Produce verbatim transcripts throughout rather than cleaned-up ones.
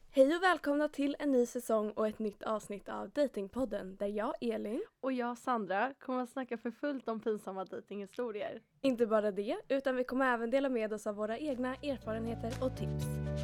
Hej och välkomna till en ny säsong och ett nytt avsnitt av Datingpodden där jag, Elin, och jag, Sandra, kommer att snacka för fullt om pinsamma datinghistorier. inte bara det, utan vi kommer även dela med oss av våra egna erfarenheter och tips.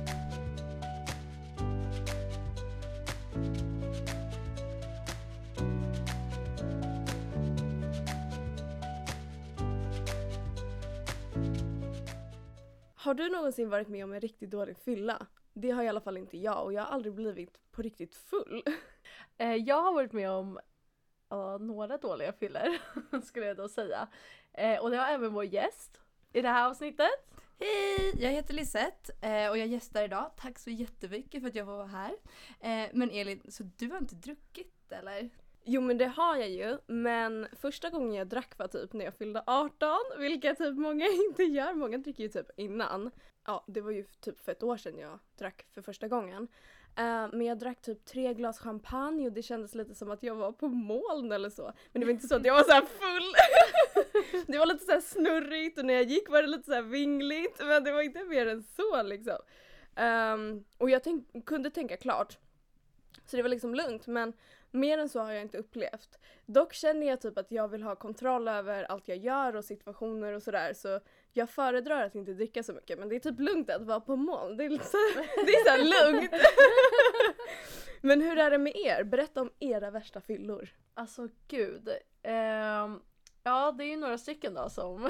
Har du någonsin varit med om en riktigt dålig fylla? Det har i alla fall inte jag och jag har aldrig blivit på riktigt full. Eh, jag har varit med om uh, några dåliga fyller, skulle jag då säga. Eh, och det har även vår gäst i det här avsnittet. Hej, jag heter Lisette eh, och jag gästar idag. Tack så jättemycket för att jag får vara här. Eh, men Elin, så du har inte druckit eller? Jo men det har jag ju, men första gången jag drack var typ när jag fyllde arton, vilket typ många inte gör, många dricker ju typ innan. Ja, det var ju typ för ett år sedan jag drack för första gången. Uh, men jag drack typ tre glas champagne och det kändes lite som att jag var på moln eller så. Men det var inte så att jag var så här full. Det var lite så här snurrigt och när jag gick var det lite så här vingligt, men det var inte mer än så liksom. Um, och jag tänk- kunde tänka klart. Så det var liksom lugnt, men mer än så har jag inte upplevt. Dock känner jag typ att jag vill ha kontroll över allt jag gör och situationer och sådär. Så jag föredrar att inte dricka så mycket, men det är typ lugnt att vara på moln. Det är, så, det är så här lugnt. Men hur är det med er? Berätta om era värsta fyllor. Alltså gud. Eh, ja, det är ju några stycken då som...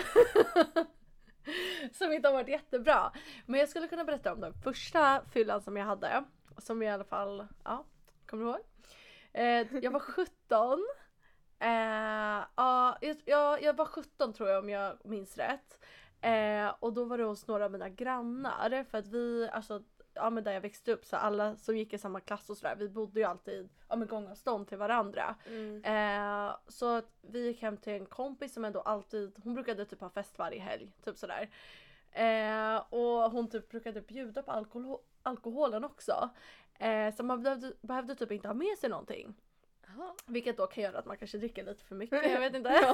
som inte har varit jättebra. Men jag skulle kunna berätta om den första fyllan som jag hade. Som jag i alla fall, ja, kommer du ihåg? Eh, jag var sjutton. Eh, ja, jag, jag var sjutton tror jag om jag minns rätt. Eh, och då var det hos några av mina grannar. För att vi, alltså, ja men där jag växte upp så alla som gick i samma klass och sådär. Vi bodde ju alltid, ja men gångavstånd till varandra. Mm. Eh, så att vi gick hem till en kompis som ändå alltid, hon brukade typ ha fest varje helg, typ sådär. Eh, och hon typ brukade bjuda på alkohol, alkoholen också. Eh, så man behövde, behövde typ inte ha med sig någonting. Aha. Vilket då kan göra att man kanske dricker lite för mycket, jag vet inte.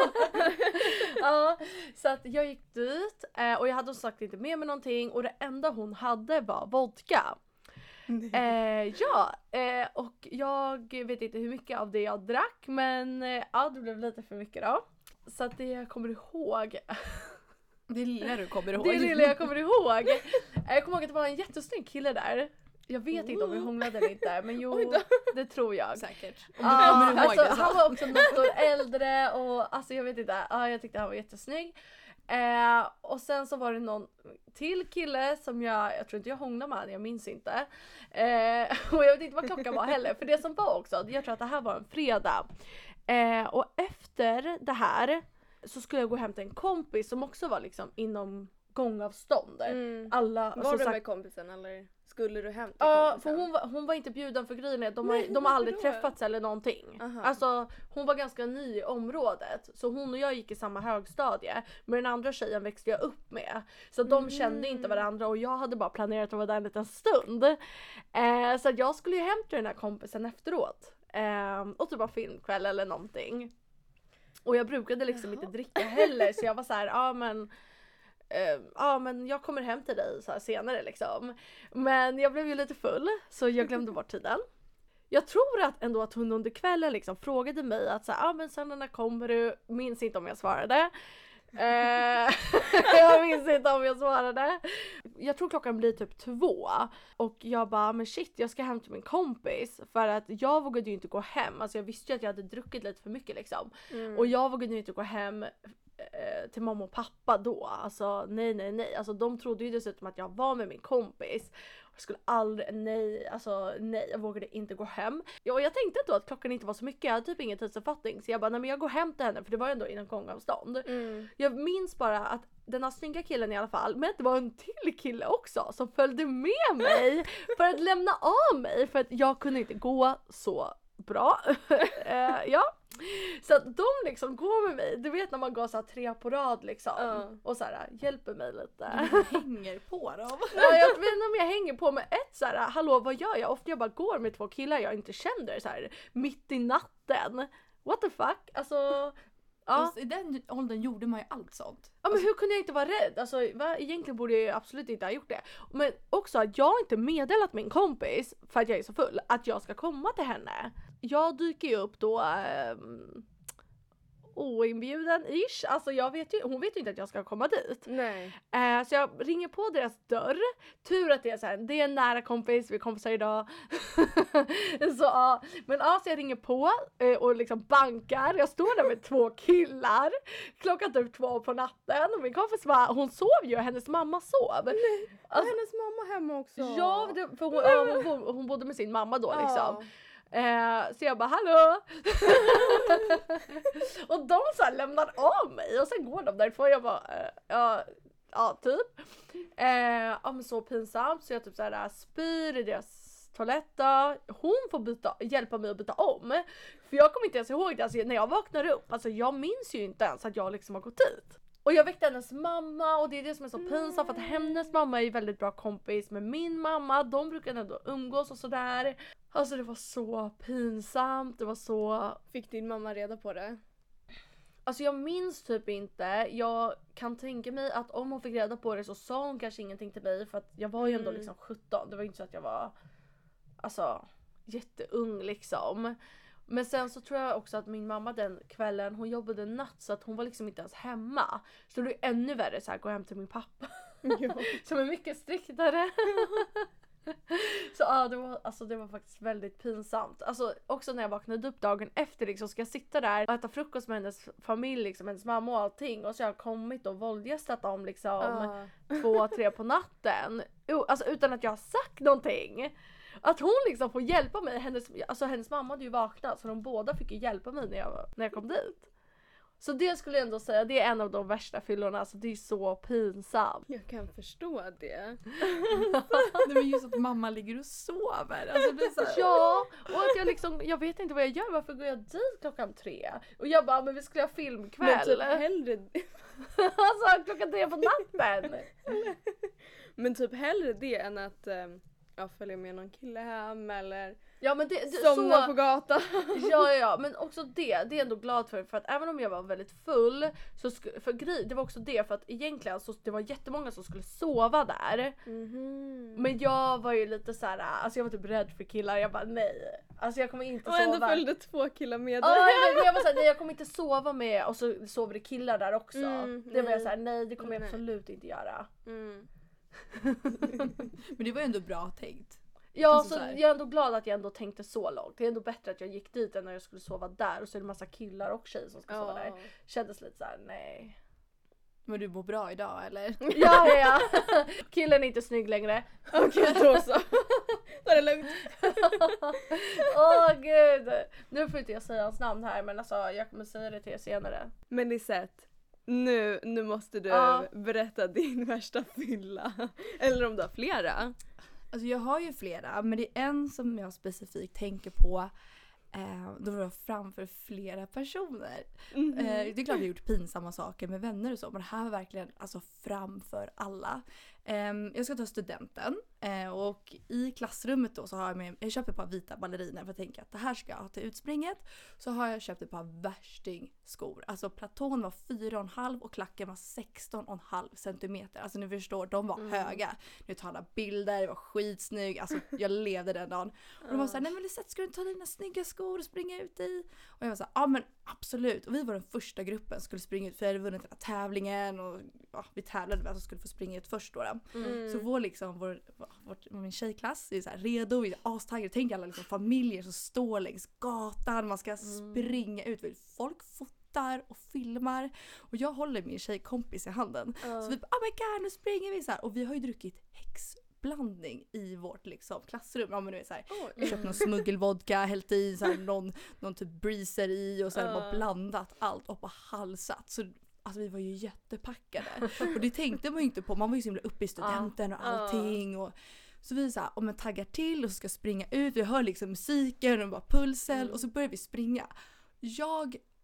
Ja, så att jag gick dit eh, och jag hade som sagt inte med mig någonting. Och det enda hon hade var vodka. Eh, ja, eh, och jag vet inte hur mycket av det jag drack. Men eh, ja, det blev lite för mycket då. Så att det jag kommer ihåg... Det lilla du kommer ihåg. Det lilla jag kommer ihåg. Jag kommer ihåg att det var en jättesnygg kille där. Jag vet oh. inte om vi hånglade eller inte, men jo, det tror jag. Säkert. Om du kommer ihåg alltså, det, så. Han var också något år äldre och alltså jag vet inte, ja, jag tyckte han var jättesnygg. Eh, och sen så var det någon till kille som jag, jag tror inte jag hånglade med, jag minns inte. Eh, och jag vet inte vad klockan var heller, för det som var också, jag tror att det här var en fredag. Eh, och efter det här så skulle jag gå hem till en kompis som också var liksom inom gångavstånd. Mm. Alla, var så du sagt, med kompisen eller skulle du hem till ja, kompisen? för hon var, hon var inte bjuden för grejen. De har, Nej, de har aldrig då? träffats eller någonting. Aha. Alltså hon var ganska ny i området. Så hon och jag gick i samma högstadie. Men den andra tjejen växte jag upp med. Så de Mm. kände inte varandra. Och jag hade bara planerat att vara där en liten stund. Eh, så jag skulle ju hem till den här kompisen efteråt. Eh, och typ bara filmkväll eller någonting. Och jag brukade liksom Jaha. inte dricka heller. Så jag var så här, ja men... Ja uh, ah, men jag kommer hem till dig så här senare liksom. Men jag blev ju lite full så jag glömde bort tiden. Jag tror att ändå att hon under kvällen liksom frågade mig att så här, ah, men sen när kommer du? Minns inte om jag svarade. uh, jag minns inte om jag svarade. Jag tror klockan blir typ två. Och jag bara, men shit jag ska hem till min kompis. För att jag vågade ju inte gå hem. Alltså jag visste ju att jag hade druckit lite för mycket liksom. Mm. Och jag vågade ju inte gå hem till mamma och pappa då. Alltså nej nej nej. Alltså de trodde ju dessutom att jag var med min kompis. Jag skulle aldrig, nej, alltså nej, jag vågade inte gå hem. Ja, och jag tänkte då att klockan inte var så mycket, jag hade typ ingen tidsuppfattning. Så jag bara, nej men jag går hem till henne, för det var ändå inom gångavstånd. Mm. Jag minns bara att den här snygga killen i alla fall, men det var en till kille också som följde med mig för att lämna av mig. För att jag kunde inte gå så bra. uh, ja. Så att de liksom går med mig. Du vet när man går så här tre på rad liksom. Uh. Och så här hjälper mig lite. Du hänger på dem. Ja, jag vet inte om jag hänger på med ett så här, hallå vad gör jag? Ofta jag bara går med två killar jag inte känner så här mitt i natten. What the fuck? Alltså Ja. Och i den åldern gjorde man ju allt sånt. Ja men hur kunde jag inte vara rädd? Alltså va? Egentligen borde jag ju absolut inte ha gjort det. Men också att jag inte meddelat min kompis, för att jag är så full, att jag ska komma till henne. Jag dyker ju upp då ähm, oinbjuden ish. Alltså jag vet ju, hon vet ju inte att jag ska komma dit. Nej. Eh, så jag ringer på deras dörr. Tur att det är så här, det är en nära kompis, vi är kompisar idag. så ja, men ja, så jag ringer på eh, och liksom bankar. Jag står där med två killar. Klockan typ två på natten och min kompis bara, hon sov ju, hennes mamma sov. Nej. Alltså, hennes mamma hemma också. ja, det, för hon, ja, hon, bo- hon bodde med sin mamma då liksom. Ja. Eh, så jag bara hallå! och de så här lämnar av mig och sen går de därifrån. Jag bara eh, ja, ja typ. Eh, ja men så pinsamt så jag typ så här spyr i deras toaletta. Hon får byta, hjälpa mig att byta om. För jag kommer inte ens ihåg det. Alltså, när jag vaknar upp, alltså jag minns ju inte ens att jag liksom har gått dit. Och jag väckte hennes mamma och det är det som är så pinsamt för att hennes mamma är ju väldigt bra kompis med min mamma. De brukar ändå umgås och sådär. Alltså det var så pinsamt, det var så... Fick din mamma reda på det? Alltså jag minns typ inte. Jag kan tänka mig att om hon fick reda på det så sa hon kanske ingenting till mig. För att jag var ju ändå Mm. liksom sjutton. Det var ju inte så att jag var alltså jätteung liksom. Men sen så tror jag också att min mamma den kvällen, hon jobbade natt så att hon var liksom inte ens hemma. Så det är ännu värre så här, gå hem till min pappa. Ja. Som är mycket striktare. Så ja, det var, alltså, det var faktiskt väldigt pinsamt. Alltså också när jag vaknade upp dagen efter liksom, ska jag sitta där och äta frukost med hennes familj, liksom, hennes mamma och allting. Och så har jag kommit och våldgästat dem liksom Ah. två, tre på natten. Jo, alltså utan att jag har sagt någonting. Att hon liksom får hjälpa mig. Hennes, alltså hennes mamma hade ju vaknat så de båda fick ju hjälpa mig när jag, när jag kom dit. Så det skulle jag ändå säga, det är en av de värsta fyllorna. Alltså det är så pinsamt. Jag kan förstå det. Nej, men just att mamma ligger och sover. Alltså det är så här, Ja, och att jag liksom, jag vet inte vad jag gör, varför går jag dit klockan tre? Och jag bara, men vi skulle ha Men filmkväll. typ hellre, alltså klockan tre på natten. men typ hellre det än att um, ja, följa med någon kille hem eller Ja men det, det somna så, på gatan. ja, ja ja, men också det, det är jag ändå glad för. För att även om jag var väldigt full, så sk- för grej, det var också det, för att egentligen så det var jättemånga som skulle sova där. Mm-hmm. Men jag var ju lite så här, alltså jag var typ rädd för killar, jag bara nej. Alltså jag kommer inte Och sova. ändå följde två killar med Ja, dig. jag, men jag var såhär, nej jag kommer inte sova med, och så sover det killar där också. Mm, det var jag nej. såhär, nej det kommer jag Nej. absolut inte göra. Mm. men det var ju ändå bra tänkt. Ja, Alltså så så här. jag är ändå glad att jag ändå tänkte så långt. Det är ändå bättre att jag gick dit än när jag skulle sova där. Och så är det massa killar och tjejer som ska sova där. Ja. Kändes lite såhär, nej. Men du mår bra idag eller? Ja, ja, ja. Killen är inte snygg längre. Okej, då så. Då är det lugnt. Åh gud. Nu får inte jag säga hans namn här, men alltså jag kommer säga det till er senare. Men Lisette, nu, nu måste du Ja. berätta din värsta fylla. Eller om du har flera. Alltså jag har ju flera, men det är en som jag specifikt tänker på. Eh, då var jag framför flera personer. Mhm. Eh, det är klart jag har gjort pinsamma saker med vänner och så, men det här var verkligen alltså framför alla. Eh, jag ska ta studenten eh, och i klassrummet då så har jag med, jag köper ett par vita balleriner för att tänka att det här ska jag ha till utspringet. Så har jag köpt ett par värstingskor. Alltså platån var fyra komma fem och klacken var sexton komma fem centimeter. Alltså ni förstår, de var Mm. höga. Nu tar alla bilder, det var skitsnygg. Alltså jag levde den dagen. Och de var såhär, nej men Lisette, ska du ta dina snygga skor och springa ut i? Och jag var såhär, ja men absolut. Och vi var den första gruppen som skulle springa ut, för jag hade vunnit den här tävlingen och ja, vi tävlade med att vi skulle få springa ut först då. då. Mm. Så vår liksom, vår, vår, min tjejklass är så här redo, vi är astaggade. Tänk alla liksom familjer som står längs gatan, man ska springa ut. Folk fotar och filmar. Och jag håller min tjejkompis i handen. Ja. Så vi bara, oh my god, nu springer vi så här. Och vi har ju druckit häxblandning i vårt liksom klassrum. Ja men du vet så här, Oj. vi köpt någon smuggelvodka, hällt i så här, någon, någon typ breezer i och sen Ja. bara blandat allt och bara halsat. Så alltså vi var ju jättepackade. Och det tänkte man ju inte på. Man var ju så himla uppe i studenten och Ja. allting. Och, så vi så här, om man taggar till och så ska springa ut. Vi hör liksom musiken och bara pulsen. Mm. Och så börjar vi springa. Jag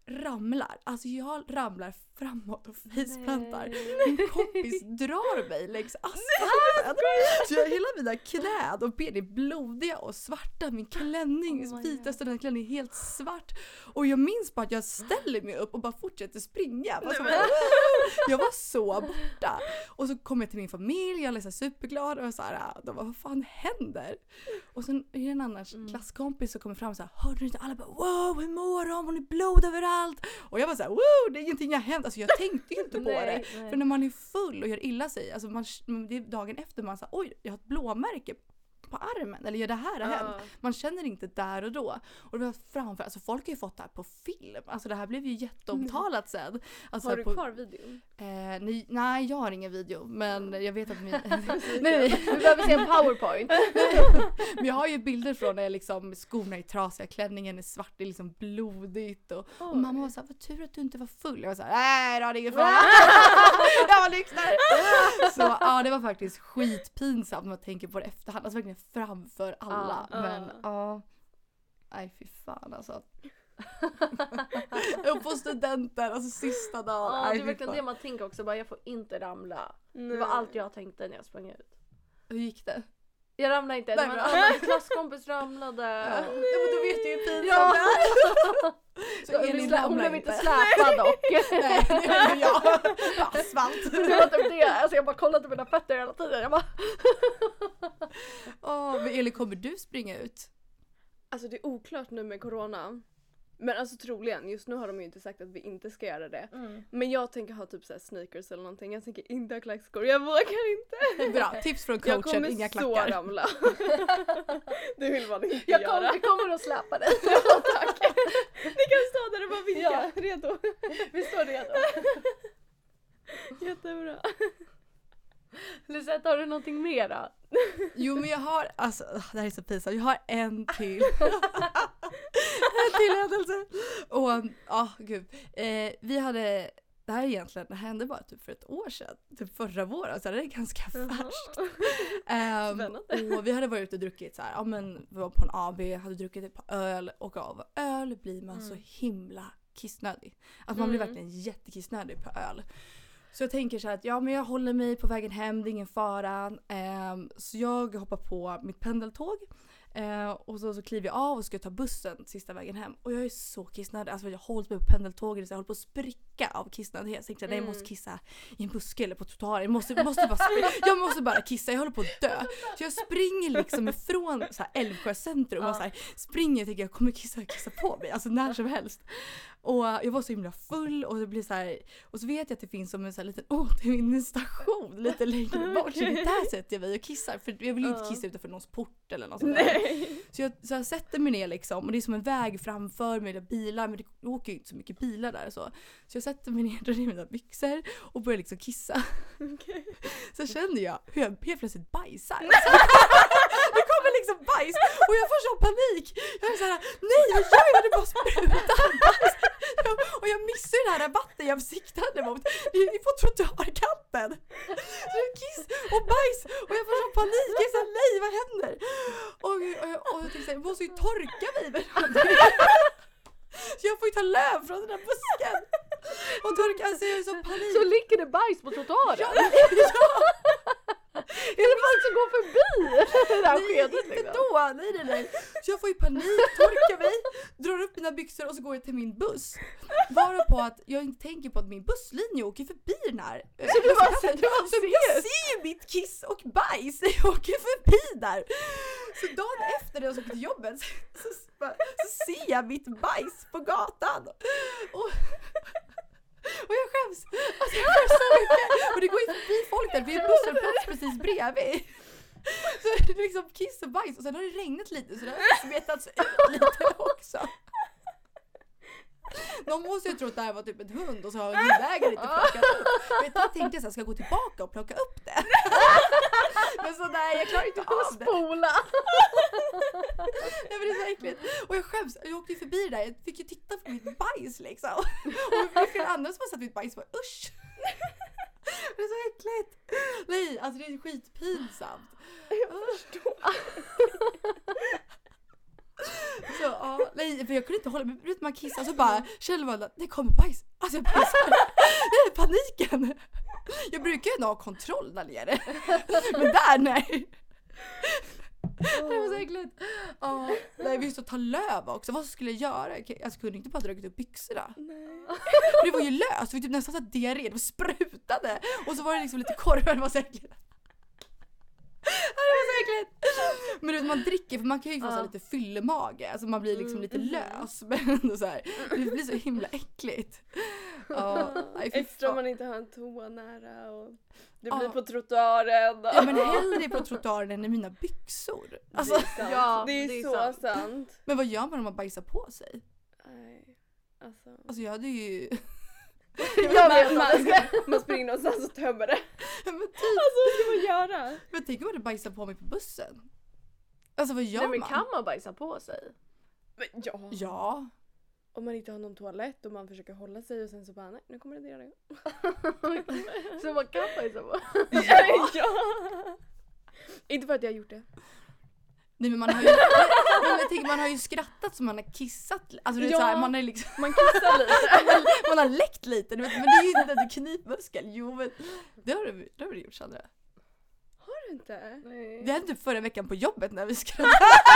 ramlar. Alltså jag ramlar framåt och faceplantar. Min kompis drar mig längs asfalten. Så jag, hela mina knän och ben är blodiga och svarta. Min klänning, Oh my vita studentklänning är helt svart. Och jag minns bara att jag ställer mig upp och bara fortsätter springa. Alltså, bara, jag var så borta. Och så kom jag till min familj, jag var superglad och så här, de bara, vad fan händer? Och sen är det en annan mm. klasskompis som kommer fram och så här, hörde du inte? Alla bara, wow, hur mår de? Hon är blod överallt. Och jag var så här, wow, det är ingenting jag hänt. Alltså jag tänkte ju inte på nej, det. Nej. För när man är full och gör illa sig, alltså man, det är dagen efter man säger, oj, jag har ett blåmärke på armen, eller ja, det här har Ja. hänt. Man känner inte där och då. Och det var framför, alltså folk har ju fått det här på film. Alltså det här blev ju jätteomtalat sen. Alltså, Har du på, kvar videon? eh, nej, nej, jag har ingen video, men jag vet att min... nej, nej. Vi behöver se en powerpoint. Men jag har ju bilder från när jag liksom, skorna är trasiga, klänningen är svart, det är liksom blodigt. Och, och mamma var såhär, vad tur att du inte var full. Jag var såhär, nej då, det är ingen fara. Jag var nykter. Så ja, det var faktiskt skitpinsamt när man tänker på det efterhand. Alltså verkligen framför alla. Ah, men ah. ja, nej fy fan alltså. Jag på studenten, alltså sista dagen. Ja, nej, det är fy verkligen fan. det man tänker också, bara jag får inte ramla. Nej. Det var allt jag tänkte när jag sprang ut. Hur gick det? Jag ramlade inte, Nej, det var bra. en annan klasskompis ramlade. Ja. Men då vet du ju hur pinsamt Ja. det är. Så Så Elin slä, hon ramlar blev inte släpad dock. Nej, det gjorde jag. Asfalt. Det var typ det, alltså jag bara kollade på mina fötter hela tiden. Jag bara... Åh, men Elin, kommer du springa ut? Alltså det är oklart nu med corona. Men alltså troligen, just nu har de ju inte sagt att vi inte ska göra det. Mm. Men jag tänker ha typ så här sneakers eller någonting. Jag tänker inte ha klackskor. Jag vågar inte. Bra, tips från Jag coachen, kommer inga så klackar. ramla. Det vill man inte Jag göra. kommer, vi kommer att släpa dig. Tack. Ni kan stå där och bara vinka. Ja. Redo. Vi står redo. Jättebra. Lisette, har du någonting mera? Jo, men jag har, alltså det här är så pinsamt, jag har en till. En till händelse. Och ja, gud. Eh, vi hade, det här egentligen, det hände bara typ för ett år sedan. Typ förra våren, så det är ganska färskt. Um, Spännande. och vi hade varit ute och druckit så här, ja men vi var på en A B, hade druckit ett par öl och av öl blir man Mm. så himla kissnödig. Att man blir Mm. verkligen jättekissnödig på öl. Så jag tänker så här att ja, men jag håller mig på vägen hem, det är ingen fara. Um, så jag hoppar på mitt pendeltåg. Uh, och så, så kliver jag av och ska ta bussen sista vägen hem. Och jag är så kissnödig. Alltså jag har hållit mig på pendeltåget så jag håller på att spricka av kissnödighet. Jag tänkte att jag måste kissa i en buske eller på trottoaren. Jag måste, måste bara springa. Jag måste bara kissa, jag håller på att dö. Så jag springer liksom ifrån så här Älvsjö centrum och så här, springer och tänker jag kommer kissa kissa på mig. Alltså när som helst. Och jag var så himla full och det blir så här, och så vet jag att det finns som en så här liten återvinningsstation lite längre bort. Så där sätter jag mig och kissar. För jag vill ju inte kissa utanför någons port eller något sånt där. Nej. Så jag, så jag sätter mig ner liksom och det är som en väg framför mig, där bilar, men det åker ju inte så mycket bilar där och så. Så jag sätter mig ner, drar ner mina byxor och börjar liksom kissa. Okay. Så känner jag hur jag helt plötsligt bajsar. Det kommer liksom bajs och jag får så panik. Jag är såhär, nej vad gör jag? Det bara sprutar bajs. Och jag missar ju den här rabatten jag siktade mot. Det är på trottoarkanten. Så det är kiss och bajs och jag får så panik. Jag är såhär, nej vad händer? Och, och, och, och jag tänkte, jag måste ju torka mig med någonting. Så jag får ju ta löv från den där busken. Och torka, alltså jag är så panik. Så ligger det bajs på trottoaren? Ja, ja. Är det folk som går förbi det här Nej, skedet inte liksom? då. Nej, nej, nej. Så jag får ju panik, torkar mig, drar upp mina byxor och så går jag till min buss. Bara på att jag inte tänker på att min busslinje åker förbi den här. Så du bara ser, du bara Så jag ser ju mitt kiss och bajs. Jag åker förbi där. Så dagen efter när jag åker till jobbet så, så ser jag mitt bajs på gatan. Och, och jag skäms. Alltså jag skäms så mycket. Och det går ju förbi folk där. Det är en busshållplats precis bredvid. Så det är liksom kiss och bajs. Och sen har det regnat lite så det har smetats ut lite också. Någon måste ju tro att det här var typ en hund och så har hundägaren inte plockat upp. Vet du, jag tänkte att jag ska gå tillbaka och plocka upp det. Men så nej, jag klarar inte av det. Spola! Nej, men det är så äckligt. Och jag skäms. Jag åkte ju förbi det där. Jag fick ju titta på mitt bajs liksom. Och det är flera andra som har sett mitt bajs och bara usch. Det är så äckligt. Nej, alltså det är skitpinsamt. Jag förstår. Så ja, nej nej, för jag kunde inte hålla mig. Vet, man kissar så bara, Kjell var det kommer bajs. Alltså jag bajsar. Det är paniken. Jag brukar ju ha kontroll där nere. Men där, nej. Det var så äckligt. Ja, nej, vi måste ta löv också. Vad skulle jag göra? Jag kunde inte bara dra upp byxorna. Nej. Det var ju löst. Det var typ nästan så diarré. Det var sprutade. Och så var det liksom lite korvar. Det var så äckligt. Det var så äckligt. Men du vet, man dricker för man kan ju få Ja. så här lite fyllemage. Alltså man blir liksom Mm, lite mm. lös. Men ändå så här. Det blir så himla äckligt. Ja, nej, fy Extra om fan. man inte har en toa nära och det Ja. blir på trottoaren. Ja, men hellre på trottoaren än i mina byxor. Alltså, det är sant. Ja, det är, det är så sant. sant. men vad gör man om man bajsar på sig? Nej. Alltså. Alltså jag hade ju... Jag vet man, vad det ska. man, man springer någonstans och tömmer det. men, typ, Alltså vad ska man göra? men tänk om jag hade bajsat på mig på bussen. Alltså vad gör Nej, men man? kan man bajsa på sig? Men, ja. Ja. Om man inte har någon toalett och man försöker hålla sig och sen så bara nej, nu kommer det diarré. Så man kan bajsa på? ja. Inte för att jag har gjort det. Nej men man har ju, men jag tänker, man har ju skrattat så man har kissat. Alltså det är Ja. så här, man har liksom, Man kissar lite. man har läckt lite. Du vet, men det är ju inte en knipmuskel. Jo men det har du, det har du gjort Sandra. Har du inte? Nej. Det hände typ förra veckan på jobbet när vi skrattade.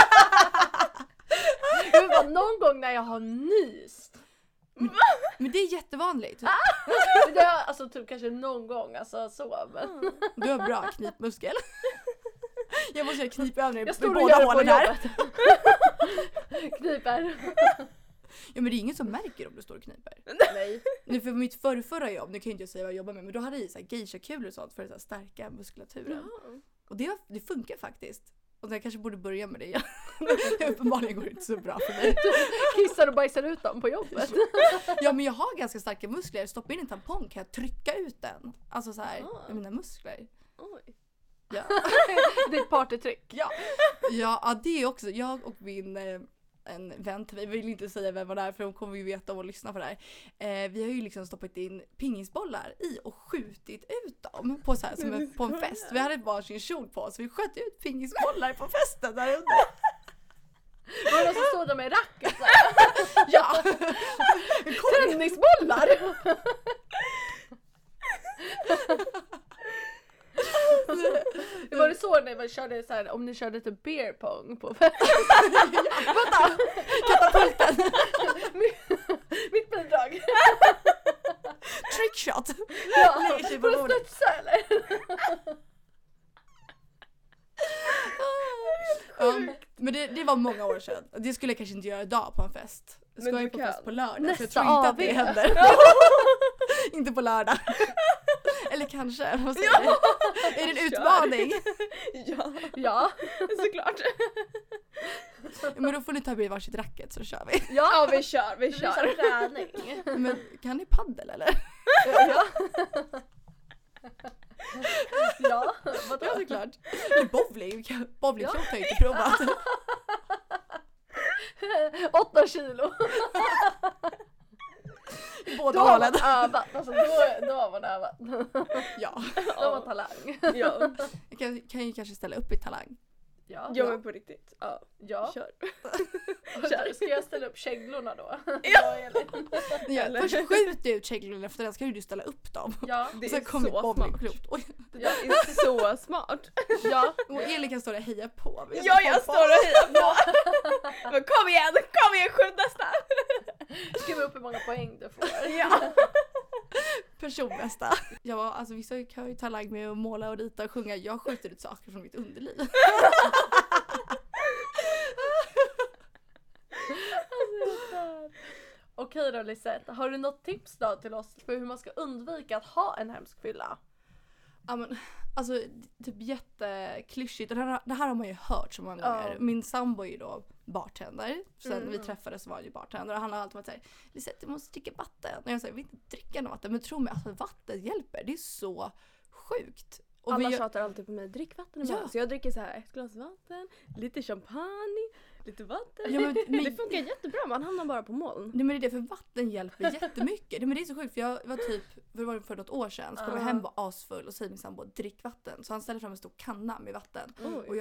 Jag vill bara någon gång när jag har nyst. Men det är jättevanligt. Men det har, alltså typ kanske någon gång, alltså så. Men. Du har bra knipmuskel. Jag måste göra knipövningar Jag med står och båda gör det på hålen här. jobbet. Kniper. Ja men det är ingen som märker om du står och kniper. Nej. Nu för mitt förra, förra jobb, nu kan jag inte säga vad jag jobbar med, men då hade jag så här geisha-kulor och sånt för att så här stärka muskulaturen. Ja. Och det, det funkar faktiskt. Och jag kanske borde börja med det. Jag, uppenbarligen går det inte så bra för mig. Kissar och bajsar ut dem på jobbet. Ja men jag har ganska starka muskler. Stoppa in en tampong kan jag trycka ut den. Alltså så här, Ah. med mina muskler. Oj. Ja. Ditt partytryck. Ja. Ja, ja, det är också. Jag och min eh, en vän till mig, vill inte säga vem det är för de kommer ju veta om att lyssna på det här. Eh, vi har ju liksom stoppat in pingisbollar i och skjutit ut dem på, så här, som en, på en fest. Vi hade varsin kjol på oss. Vi sköt ut pingisbollar på festen där under. Var det någon som stod där med racket? Ja! Tennisbollar! Var det så när man körde så här, om ni körde typ beer pong på festen? Vänta! Katapulten! Mitt bidrag! Trickshot! Ja, Lägger sig på får du bordet. studsa eller? Ja, men det, det var många år sedan. Det skulle jag kanske inte göra idag på en fest. Jag ska Men ju du på kan. fest på lördag. Nästa så jag tror inte att A V. det händer. Inte på lördag. Eller kanske. Vad säger du? Är det en utmaning? Ja, Ja. såklart. Men då får ni ta med varsitt racket så kör vi. Ja, vi kör, vi Det blir så kör. träning. Men kan ni paddel eller? Ja. Ja, vadå? Ja såklart. Eller bowling. Bowlingklot har jag inte provat. Åtta kilo. Båda Då har hållen. man övat. Alltså, då, då har man övat. Ja. Då har man talang. Ja, Jag kan, kan ju kanske ställa upp i talang. Ja. ja men på riktigt. Ja, Ja. kör. Kör. Ska jag ställa upp käglorna då? Ja. Elin. Ja, Eller? först skjuter ut käglorna efter den ska du ställa upp dem. Ja. Det Och sen är kommer så bowlingklot. Oj. Det där är så smart. Ja. Och Elin kan stå där och heja på. Vi Ja, ska jag få står och hejar på. Men kom igen, kom igen, skjut nästa. Skriv upp hur många poäng du får. Ja. person nästa. Jag var, alltså vissa har ju talang med att måla och rita och sjunga. Jag skjuter ut saker från mitt underliv. Okej då Lisette, har du något tips då till oss för hur man ska undvika att ha en hemsk fylla? Ja men, alltså typ jätteklyschigt. Det här, det här har man ju hört så många Ja. gånger. Min sambo är ju då bartender. Sen Mm. vi träffades så var han ju bartender. Och han har alltid varit såhär, Lisette du måste dricka vatten. Och jag säger, jag vill inte dricka något vatten. Men tro mig, alltså vatten hjälper. Det är så sjukt. Och Alla vi gör- tjatar alltid på mig, drick vatten Ja. ibland. Så jag dricker så här ett glas vatten, lite champagne, lite vatten. Ja, men, men, Det funkar jättebra, man hamnar bara på moln. nej, men det är det, för vatten hjälper jättemycket. Nej, men det är så sjukt för jag var typ, för det var för något år sedan, så kom jag Ja. hem och var asfull och säger min sambo drick vatten. Så han ställer fram en stor kanna med vatten. Oj. Och jag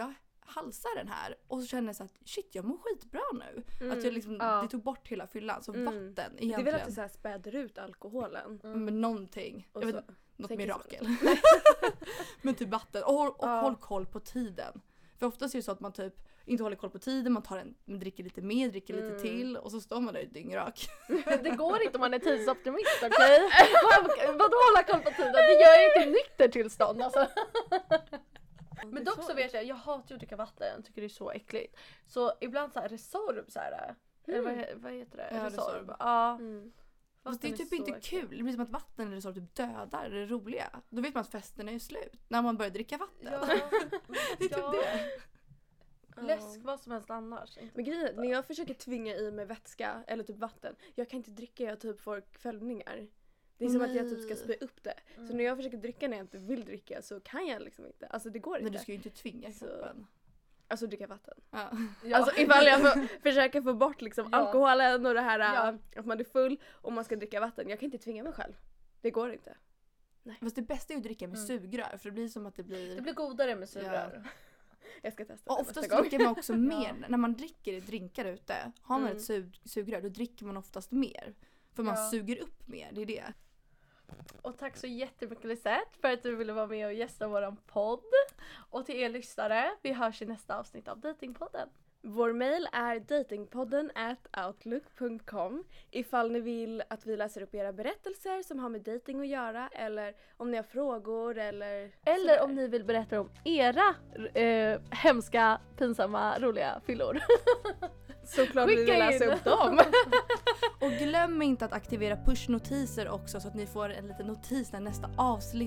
halsar den här och så känner jag så att shit, jag mår skitbra nu. Mm. Att jag liksom, Ja. det tog bort hela fyllan. Så Mm. vatten egentligen. Det är väl att det så här späder ut alkoholen. Mm. Men någonting. Och Jag så vet, något tänker mirakel. Men typ vatten. Och, håll- och Ja. håll koll på tiden. För oftast är det så att man typ inte håller koll på tiden. Man tar en, man dricker lite mer, dricker lite Mm. till. Och så står man där dyngrak. Det går inte om man är tidsoptimist, okej? Vad, vadå hålla koll på tiden? Det gör jag inte i nykter tillstånd alltså. Men dock så vet jag, jag hatar ju att dricka vatten, tycker det är så äckligt. Så ibland så här Resorb så här, eller vad, vad heter det? Ja, Resorb. Resorb. Ja. Mm. Fast det är Vatten typ så inte äckligt. kul. Det blir som att vatten eller så typ dödar det roliga. Då vet man att festen är slut. När man börjar dricka vatten. Ja, Det är typ ja. det. Läsk, vad som helst annars. Inte Men grejen är, när jag försöker tvinga i mig vätska eller typ vatten, jag kan inte dricka, jag typ får kvällningar. Det är som att jag typ ska Nej. spy upp det. Så Mm. när jag försöker dricka när jag inte vill dricka så kan jag liksom inte. Alltså det går Men inte. du ska ju inte tvinga Så- kroppen. Alltså dricka vatten. Ja. Ja. Alltså ifall jag får, försöker få bort liksom Ja. alkoholen och det här Ja. att man är full och man ska dricka vatten. Jag kan inte tvinga mig själv. Det går inte. Fast det bästa är att dricka med Mm. sugrör. För det blir som att det blir... Det blir godare med sugrör. Jag ska testa Och det oftast nästa gång. dricker man också mer. När man dricker drinkar ute, har man Mm. ett sug- sugrör då dricker man oftast mer. För man Ja. suger upp mer, det är det. Och tack så jättemycket Lisette för att du ville vara med och gästa våran podd. Och till er lyssnare, vi hörs i nästa avsnitt av Datingpodden. Vår mail är datingpodden at outlook punkt com ifall ni vill att vi läser upp era berättelser som har med dating att göra eller om ni har frågor eller Eller sådär. om ni vill berätta om era eh, hemska, pinsamma, roliga fyllor. Såklart vi vill Skicka läsa in. upp dem. Och glöm inte att aktivera pushnotiser också så att ni får en liten notis när nästa avsnitt...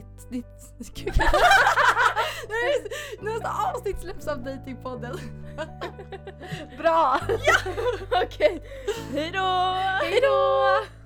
nästa avsnitt släpps av Datingpodden. Bra! Okej, hejdå! Hejdå!